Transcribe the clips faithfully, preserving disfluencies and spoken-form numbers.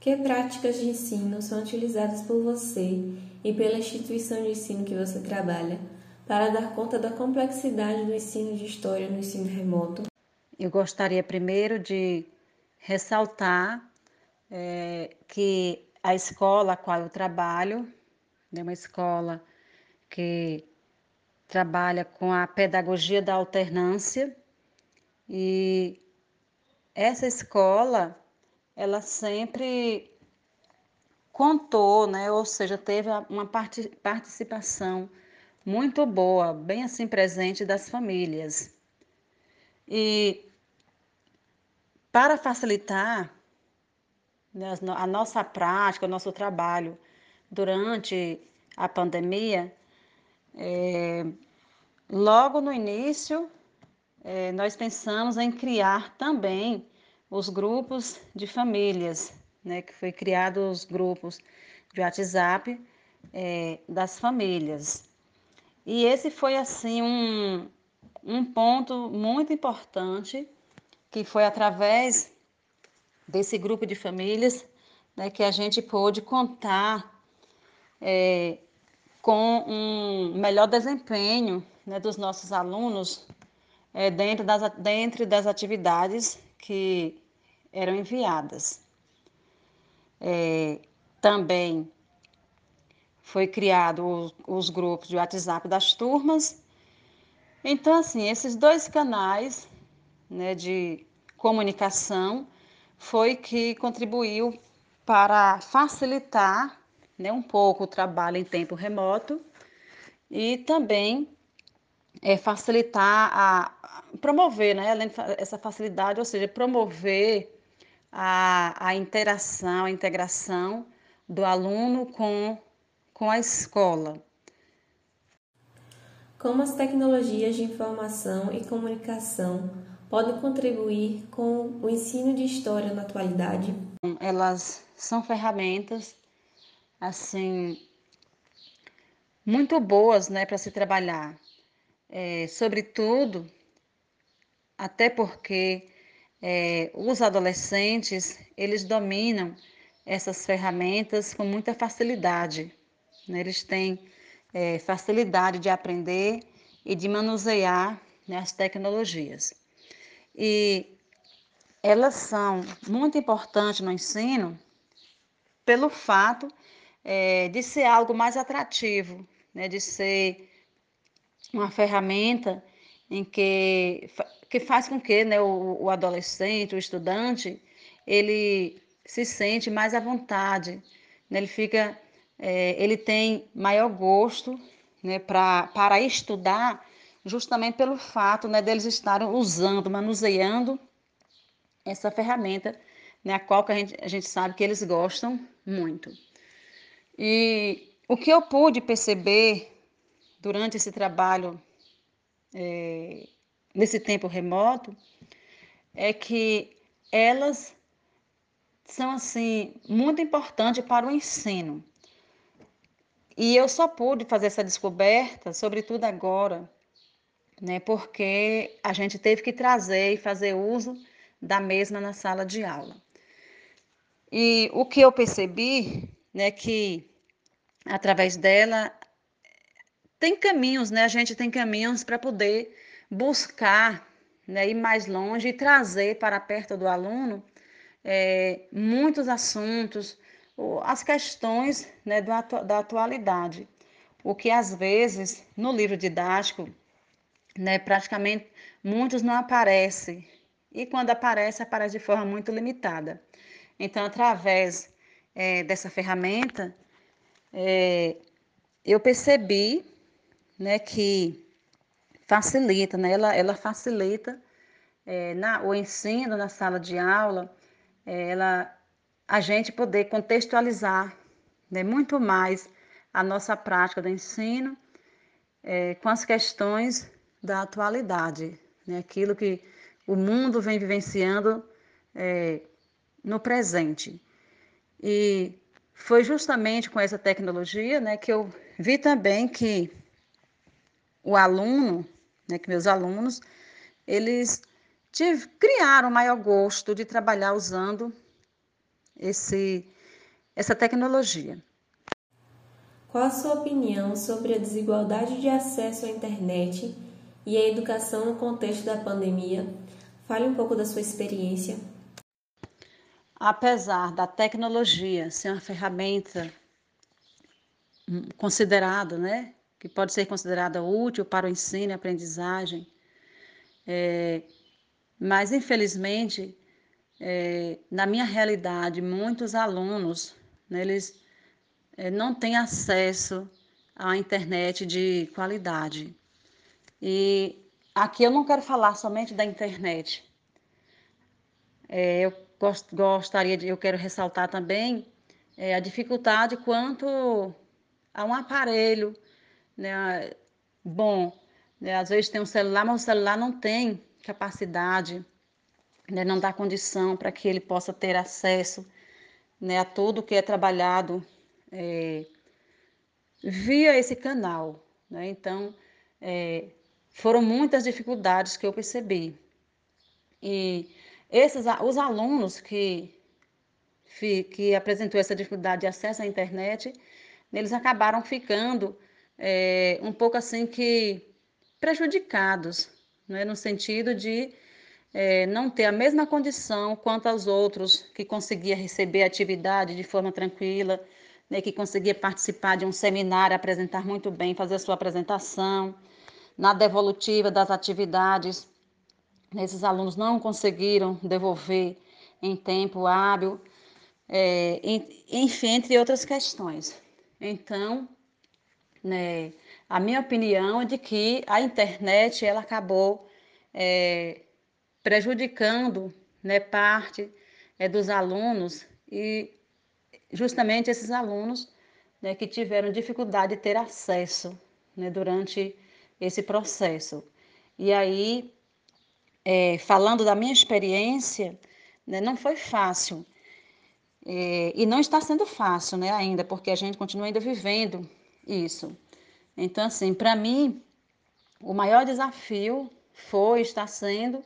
Que práticas de ensino são utilizadas por você e pela instituição de ensino que você trabalha para dar conta da complexidade do ensino de história no ensino remoto? Eu gostaria primeiro de ressaltar é, que a escola a qual eu trabalho é uma escola que trabalha com a pedagogia da alternância e essa escola ela sempre contou, né, ou seja, teve uma participação muito boa, bem assim presente das famílias. E para facilitar, né, a nossa prática, o nosso trabalho durante a pandemia, é, logo no início, é, nós pensamos em criar também os grupos de famílias, né, que foi criado os grupos de WhatsApp é, das famílias. E esse foi assim um, um ponto muito importante, que foi através desse grupo de famílias, né, que a gente pôde contar é, com um melhor desempenho, né, dos nossos alunos é, dentro, das, dentro das atividades que eram enviadas. É, também foi criado os, os grupos de WhatsApp das turmas. Então, assim, esses dois canais, né, de comunicação foi que contribuiu para facilitar, né, um pouco o trabalho em tempo remoto e também é, facilitar a promover, né, além essa facilidade, ou seja, promover a, a interação, a integração do aluno com, com a escola. Como as tecnologias de informação e comunicação podem contribuir com o ensino de história na atualidade? Elas são ferramentas assim muito boas, né, para se trabalhar, é, sobretudo até porque é, os adolescentes eles dominam essas ferramentas com muita facilidade, né? Eles têm é, facilidade de aprender e de manusear, né, as tecnologias. E elas são muito importantes no ensino pelo fato é, de ser algo mais atrativo, né, de ser uma ferramenta em que, que faz com que, né, o, o adolescente, o estudante, ele se sente mais à vontade, né, ele fica, é, ele tem maior gosto, né, pra, para estudar, justamente pelo fato, né, deles estarem usando, manuseando essa ferramenta, né, a qual que a gente, a gente sabe que eles gostam muito. E o que eu pude perceber durante esse trabalho é, nesse tempo remoto, é que elas são assim muito importantes para o ensino. E eu só pude fazer essa descoberta, sobretudo agora, né, porque a gente teve que trazer e fazer uso da mesma na sala de aula. E o que eu percebi, né, que através dela tem caminhos, né? A gente tem caminhos para poder buscar, né, ir mais longe e trazer para perto do aluno é, muitos assuntos, as questões, né, do atu da atualidade. O que às vezes no livro didático, né, praticamente muitos não aparecem. E quando aparece, aparece de forma muito limitada. Então, através é, dessa ferramenta, é, eu percebi, né, que facilita, né? Ela, ela facilita é, na, o ensino na sala de aula, é, ela, a gente poder contextualizar, né, muito mais a nossa prática do ensino é, com as questões da atualidade, né, aquilo que o mundo vem vivenciando é, no presente. E foi justamente com essa tecnologia, né, que eu vi também que o aluno, né, que meus alunos, eles tive, criaram maior gosto de trabalhar usando esse, essa tecnologia. Qual a sua opinião sobre a desigualdade de acesso à internet e à educação no contexto da pandemia? Fale um pouco da sua experiência. Apesar da tecnologia ser uma ferramenta considerada, né, que pode ser considerada útil para o ensino e aprendizagem, é, mas infelizmente, é, na minha realidade, muitos alunos, né, eles é, não têm acesso à internet de qualidade. E aqui eu não quero falar somente da internet. É, eu gost, gostaria de, eu quero ressaltar também é, a dificuldade quanto a um aparelho, né, bom, né, às vezes tem um celular, mas o celular não tem capacidade, né, não dá condição para que ele possa ter acesso, né, a tudo que é trabalhado é, via esse canal, né? Então, é, foram muitas dificuldades que eu percebi. E esses, os alunos que, que apresentou essa dificuldade de acesso à internet, eles acabaram ficando é, um pouco assim que prejudicados, né? No sentido de é, não ter a mesma condição quanto aos outros que conseguia receber a atividade de forma tranquila, né, que conseguia participar de um seminário, apresentar muito bem, fazer a sua apresentação, na devolutiva das atividades. Esses alunos não conseguiram devolver em tempo hábil, é, enfim, entre outras questões. Então, né, a minha opinião é de que a internet ela acabou é, prejudicando, né, parte é, dos alunos e justamente esses alunos, né, que tiveram dificuldade de ter acesso, né, durante esse processo. E aí, é, falando da minha experiência, né, não foi fácil. É, e não está sendo fácil, né, ainda, porque a gente continua ainda vivendo isso. Então, assim, para mim, o maior desafio foi, está sendo,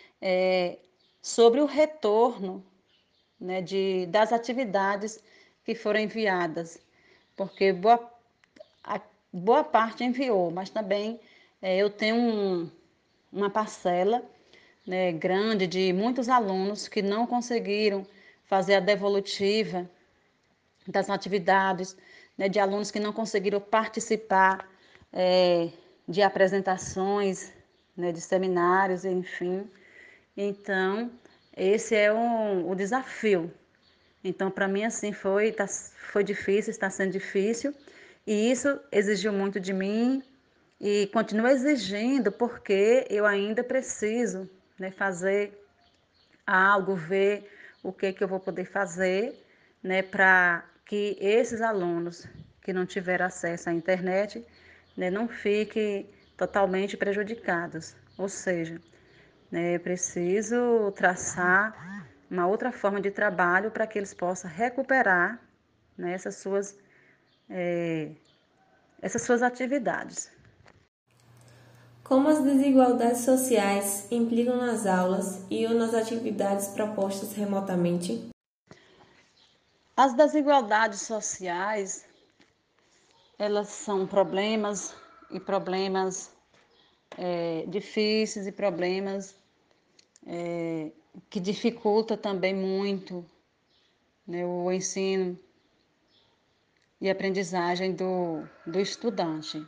é, sobre o retorno, né, de, das atividades que foram enviadas, porque boa, a, boa parte enviou, mas também é, eu tenho um, uma parcela, né, grande de muitos alunos que não conseguiram fazer a devolutiva das atividades, né, de alunos que não conseguiram participar é, de apresentações, né, de seminários, enfim. Então, esse é um, o desafio. Então, para mim, assim, foi, tá, foi difícil, está sendo difícil, e isso exigiu muito de mim e continua exigindo, porque eu ainda preciso, né, fazer algo, ver o que, que eu vou poder fazer, né, para que esses alunos que não tiveram acesso à internet, né, não fiquem totalmente prejudicados. Ou seja, né, eu preciso traçar uma outra forma de trabalho para que eles possam recuperar, né, essas suas, é, essas suas atividades. Como as desigualdades sociais implicam nas aulas e ou nas atividades propostas remotamente? As desigualdades sociais, elas são problemas e problemas é, difíceis e problemas é, que dificulta também muito, né, o ensino e aprendizagem do, do estudante.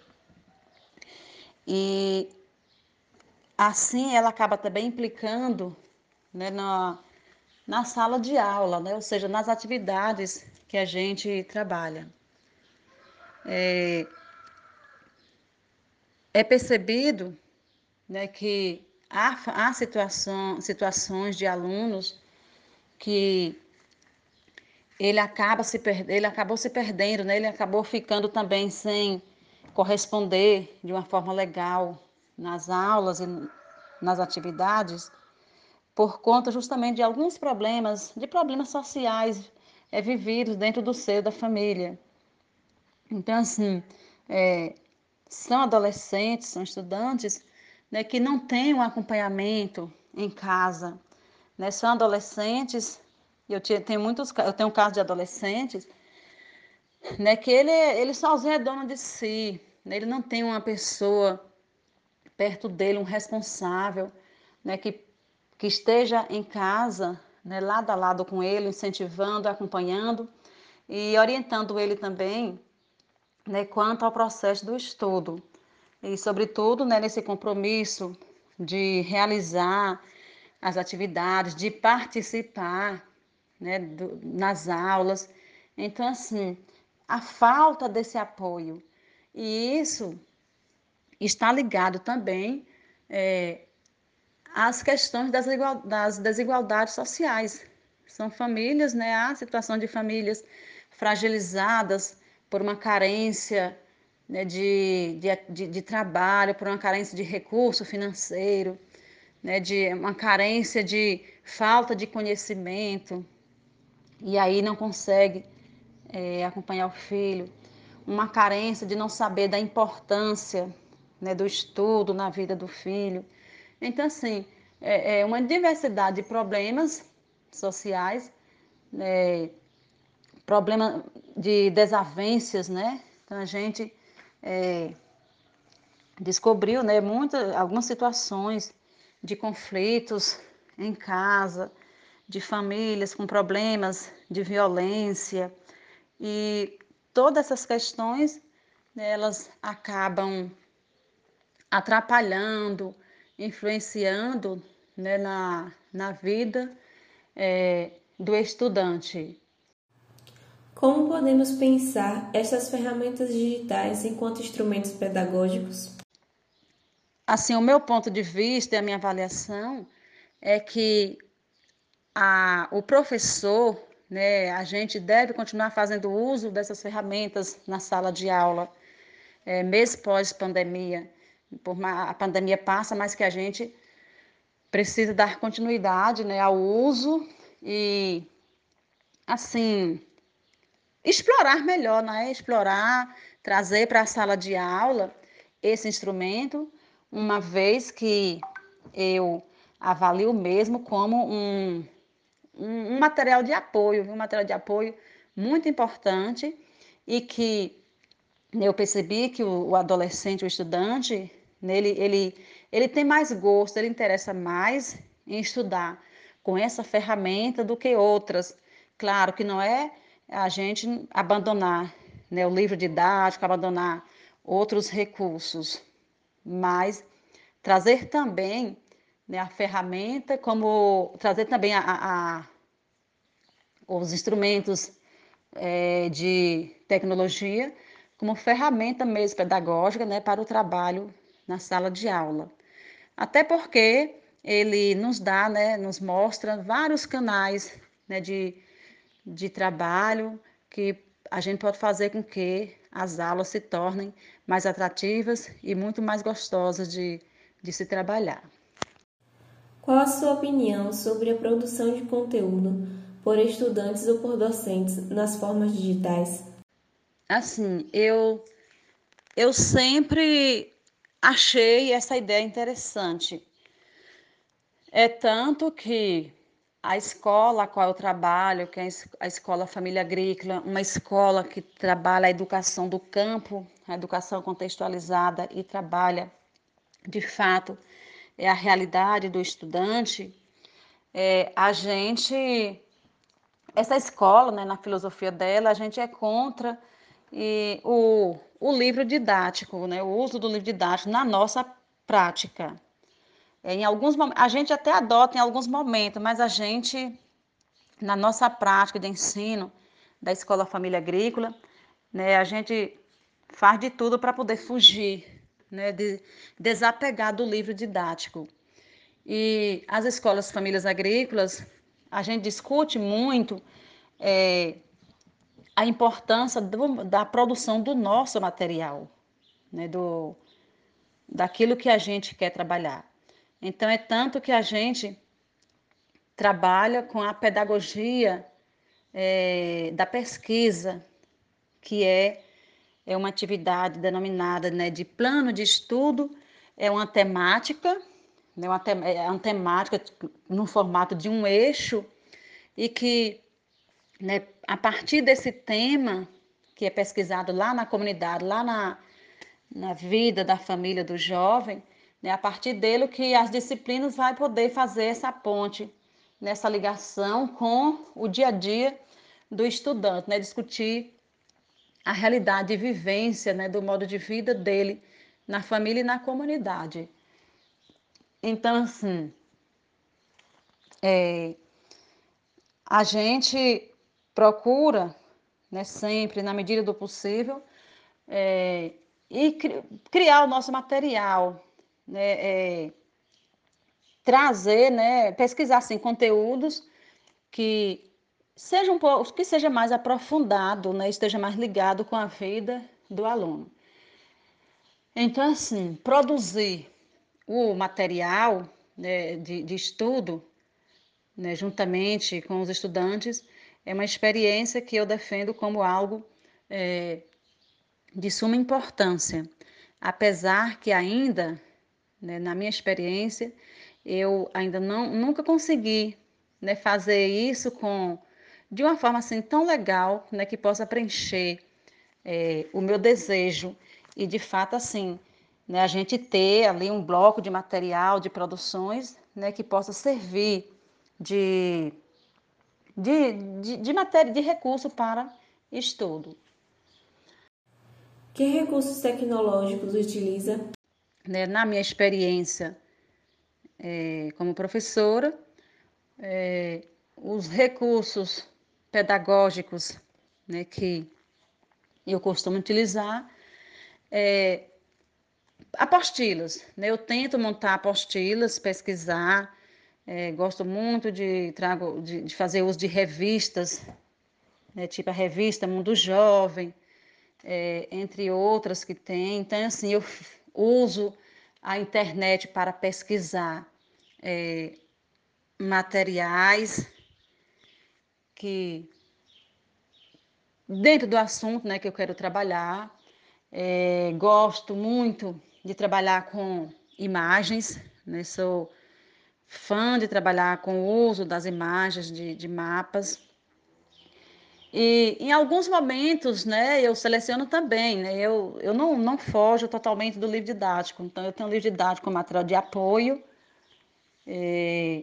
E assim ela acaba também implicando, né, na, na sala de aula, né, ou seja, nas atividades que a gente trabalha. É, é percebido, né, que há, há situação, situações de alunos que ele acaba se per... ele acabou se perdendo, né? Ele acabou ficando também sem corresponder de uma forma legal nas aulas e nas atividades, por conta justamente de alguns problemas, de problemas sociais é, vividos dentro do seio da família. Então, assim, é, são adolescentes, são estudantes, né, que não têm um acompanhamento em casa, né? São adolescentes Eu tinha- tenho muitos, ca- eu tenho um caso de adolescentes, né, que ele, ele sozinho é dono de si, né, ele não tem uma pessoa perto dele, um responsável, né, que, que esteja em casa, né, lado a lado com ele, incentivando, acompanhando e orientando ele também, né, quanto ao processo do estudo. E, sobretudo, né, nesse compromisso de realizar as atividades, de participar, né, do, nas aulas. Então, assim, a falta desse apoio. E isso está ligado também é, às questões das, igual, das desigualdades sociais. São famílias, né, há situação de famílias fragilizadas por uma carência, né, de, de, de, de trabalho, por uma carência de recurso financeiro, né, de uma carência de falta de conhecimento, e aí não consegue é, acompanhar o filho, uma carência de não saber da importância, né, do estudo na vida do filho. Então, assim, é, é uma diversidade de problemas sociais, né, problema de desavenças, né? Então, a gente é, descobriu, né, muitas, algumas situações de conflitos em casa, de famílias com problemas de violência, e todas essas questões, né, elas acabam atrapalhando, influenciando, né, na, na vida é, do estudante. Como podemos pensar essas ferramentas digitais enquanto instrumentos pedagógicos? Assim, o meu ponto de vista e a minha avaliação é que a, o professor, né, a gente deve continuar fazendo uso dessas ferramentas na sala de aula, é, mesmo pós-pandemia. Por ma- a pandemia passa, mas que a gente precisa dar continuidade, né, ao uso e, assim, explorar melhor, né? Explorar, trazer para a sala de aula esse instrumento, uma vez que eu avalio mesmo como um, um, um material de apoio, um material de apoio muito importante e que eu percebi que o, o adolescente, o estudante, nele, ele, ele tem mais gosto, ele interessa mais em estudar com essa ferramenta do que outras. Claro que não é a gente abandonar, né, o livro didático, abandonar outros recursos, mas trazer também, né, a ferramenta, como trazer também a, a, a os instrumentos é, de tecnologia como ferramenta mesmo pedagógica, né, para o trabalho na sala de aula. Até porque ele nos dá, né, nos mostra vários canais, né, de, de trabalho que a gente pode fazer com que as aulas se tornem mais atrativas e muito mais gostosas de, de se trabalhar. Qual a sua opinião sobre a produção de conteúdo por estudantes ou por docentes nas formas digitais? Assim, eu, eu sempre achei essa ideia interessante. É tanto que a escola a qual eu trabalho, que é a Escola Família Agrícola, uma escola que trabalha a educação do campo, a educação contextualizada e trabalha, de fato, é a realidade do estudante, é, a gente, essa escola, né, na filosofia dela, a gente é contra e, o, o livro didático, né, o uso do livro didático na nossa prática. É, em alguns momentos, a gente até adota em alguns momentos, mas a gente, na nossa prática de ensino da Escola Família Agrícola, né, a gente faz de tudo para poder fugir, né, de desapegar do livro didático. E as escolas famílias agrícolas, a gente discute muito é, a importância do, da produção do nosso material, né, do, daquilo que a gente quer trabalhar. Então, é tanto que a gente trabalha com a pedagogia é, da pesquisa, que é, é uma atividade denominada, né, de plano de estudo, é uma temática, né, uma te, é uma temática no formato de um eixo, e que, né, a partir desse tema que é pesquisado lá na comunidade, lá na, na vida da família do jovem, né, a partir dele que as disciplinas vai poder fazer essa ponte, nessa ligação com o dia a dia do estudante, né, discutir a realidade e vivência, né, do modo de vida dele na família e na comunidade. Então, assim, é, a gente procura, né, sempre, na medida do possível, é, e cri- criar o nosso material, né, é, trazer, né, pesquisar assim, conteúdos que seja um pouco, que seja mais aprofundado, né, esteja mais ligado com a vida do aluno. Então, assim, produzir o material, né, de, de estudo, né, juntamente com os estudantes, é uma experiência que eu defendo como algo é, de suma importância, apesar que ainda, né, na minha experiência, eu ainda não, nunca consegui, né, fazer isso com de uma forma assim tão legal, né, que possa preencher é, o meu desejo e de fato assim, né, a gente ter ali um bloco de material, de produções, né, que possa servir de, de, de, de matéria, de recurso para estudo. Que recursos tecnológicos utiliza? Né, na minha experiência é, como professora, é, os recursos pedagógicos, né, que eu costumo utilizar, é, apostilas, né? Eu tento montar apostilas, pesquisar, é, gosto muito de, trago, de, de fazer uso de revistas, né? Tipo a revista Mundo Jovem, é, entre outras que tem. Então, assim, eu uso a internet para pesquisar é, materiais que, dentro do assunto, né, que eu quero trabalhar, é, gosto muito de trabalhar com imagens, né? Sou fã de trabalhar com o uso das imagens de, de mapas. E em alguns momentos, né, eu seleciono também, né, eu, eu não, não fojo totalmente do livro didático. Então, eu tenho um livro didático com material de apoio, eh,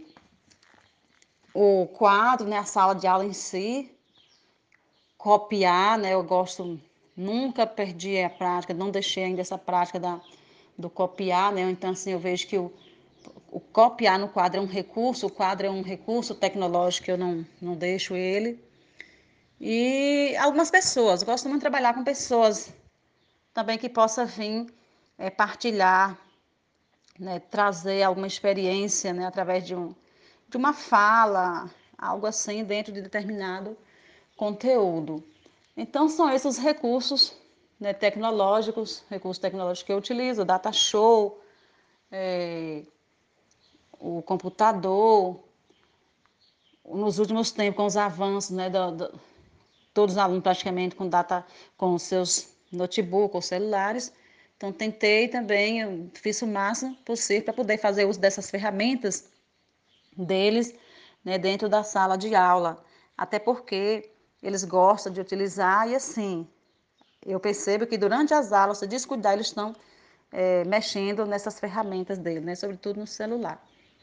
o quadro, né, a sala de aula em si, copiar, né, eu gosto, nunca perdi a prática, não deixei ainda essa prática da, do copiar, né, então, assim, eu vejo que o, o copiar no quadro é um recurso, o quadro é um recurso tecnológico que eu não, não deixo ele. E algumas pessoas, gosto muito de trabalhar com pessoas também que possa vir é, partilhar, né, trazer alguma experiência, né, através de, um, de uma fala, algo assim, dentro de determinado conteúdo. Então, são esses os recursos, né, tecnológicos, recursos tecnológicos que eu utilizo, o data show, é, o computador, nos últimos tempos, com os avanços, né, do, do, todos os alunos praticamente com data, com os seus notebooks ou celulares. Então, tentei também, eu fiz o máximo possível para poder fazer uso dessas ferramentas deles, né, dentro da sala de aula. Até porque eles gostam de utilizar e, assim, eu percebo que durante as aulas, se descuidar, eles estão é, mexendo nessas ferramentas dele, né, sobretudo no celular.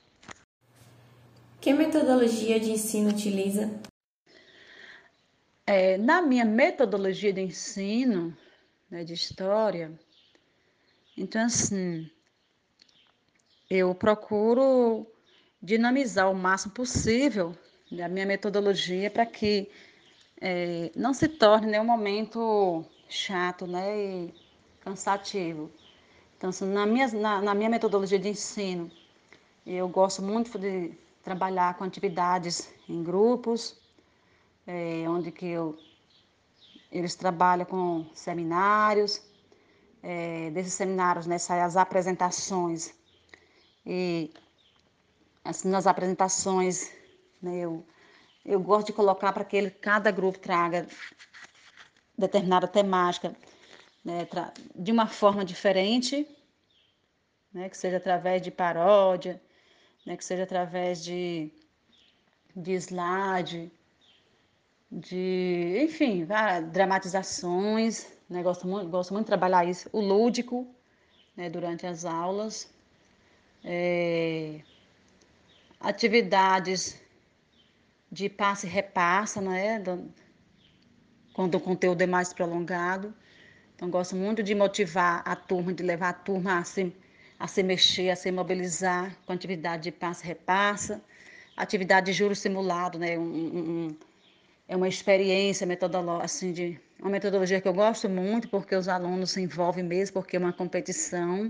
Que metodologia de ensino utiliza? É, na minha metodologia de ensino, né, de história, então, assim, eu procuro dinamizar o máximo possível a minha metodologia para que eh, não se torne nenhum momento chato, né, e cansativo. Então, assim, na minha, na, na minha metodologia de ensino, eu gosto muito de trabalhar com atividades em grupos, eh, onde que eu, eles trabalham com seminários, eh, desses seminários, né, saem as apresentações e assim, nas apresentações, né, eu, eu gosto de colocar para que ele, cada grupo traga determinada temática, né, tra- de uma forma diferente, né, que seja através de paródia, né, que seja através de, de slide, de, enfim, dramatizações, né? Gosto muito, gosto muito de trabalhar isso, o lúdico, né, durante as aulas, é, atividades de passe e repassa, né, do, quando o conteúdo é mais prolongado. Então, gosto muito de motivar a turma, de levar a turma a se, a se mexer, a se mobilizar com atividade de passe e repassa, atividade de juro simulado, né, um, um, um, é uma experiência metodológica, assim, de uma metodologia que eu gosto muito, porque os alunos se envolvem mesmo, porque é uma competição.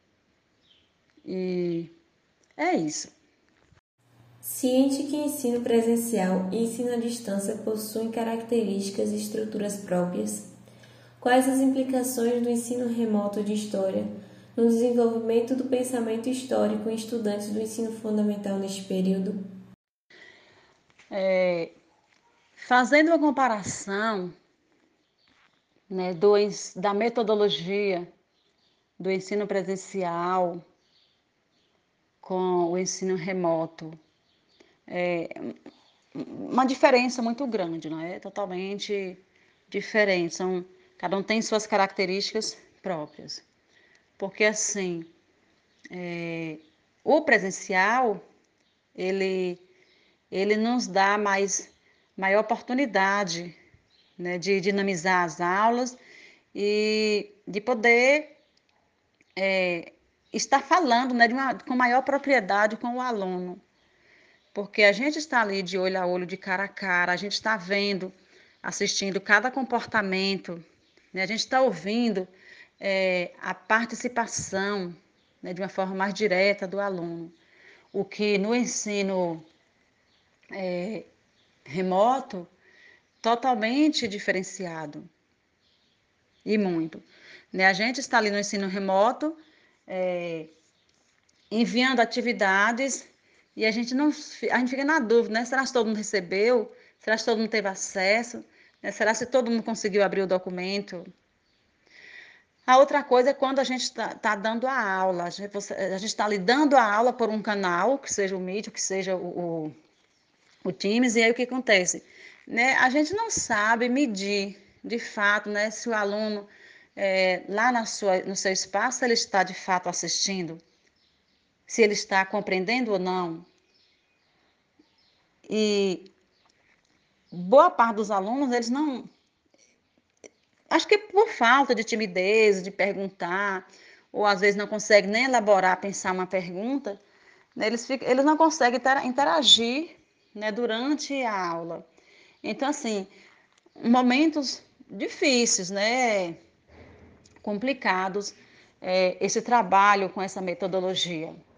E é isso. Ciente que ensino presencial e ensino à distância possuem características e estruturas próprias, quais as implicações do ensino remoto de história no desenvolvimento do pensamento histórico em estudantes do ensino fundamental neste período? É, fazendo uma comparação, né, do, da metodologia do ensino presencial com o ensino remoto, é uma diferença muito grande, não é? Totalmente diferente. São, cada um tem suas características próprias. Porque assim, é, o presencial, ele, ele nos dá mais, maior oportunidade, né, de dinamizar as aulas e de poder é, estar falando, né, de uma, com maior propriedade com o aluno. Porque a gente está ali de olho a olho, de cara a cara, a gente está vendo, assistindo cada comportamento, né, a gente está ouvindo é, a participação, né, de uma forma mais direta do aluno. O que no ensino é, remoto, totalmente diferenciado e muito. Né? A gente está ali no ensino remoto, é, enviando atividades e a gente não, a gente fica na dúvida, né? Será que todo mundo recebeu? Será que todo mundo teve acesso? Né? Será que todo mundo conseguiu abrir o documento? A outra coisa é quando a gente está tá dando a aula, a gente está ali dando a aula por um canal, que seja o Meet, que seja o, o, o Teams, e aí o que acontece? Né? A gente não sabe medir, de fato, né, se o aluno, é, lá na sua, no seu espaço, ele está de fato assistindo, se ele está compreendendo ou não. E boa parte dos alunos, eles não... Acho que por falta de timidez, de perguntar, ou às vezes não conseguem nem elaborar, pensar uma pergunta, né, eles, ficam, eles não conseguem interagir, né, durante a aula. Então, assim, momentos difíceis, né, complicados, é, esse trabalho com essa metodologia.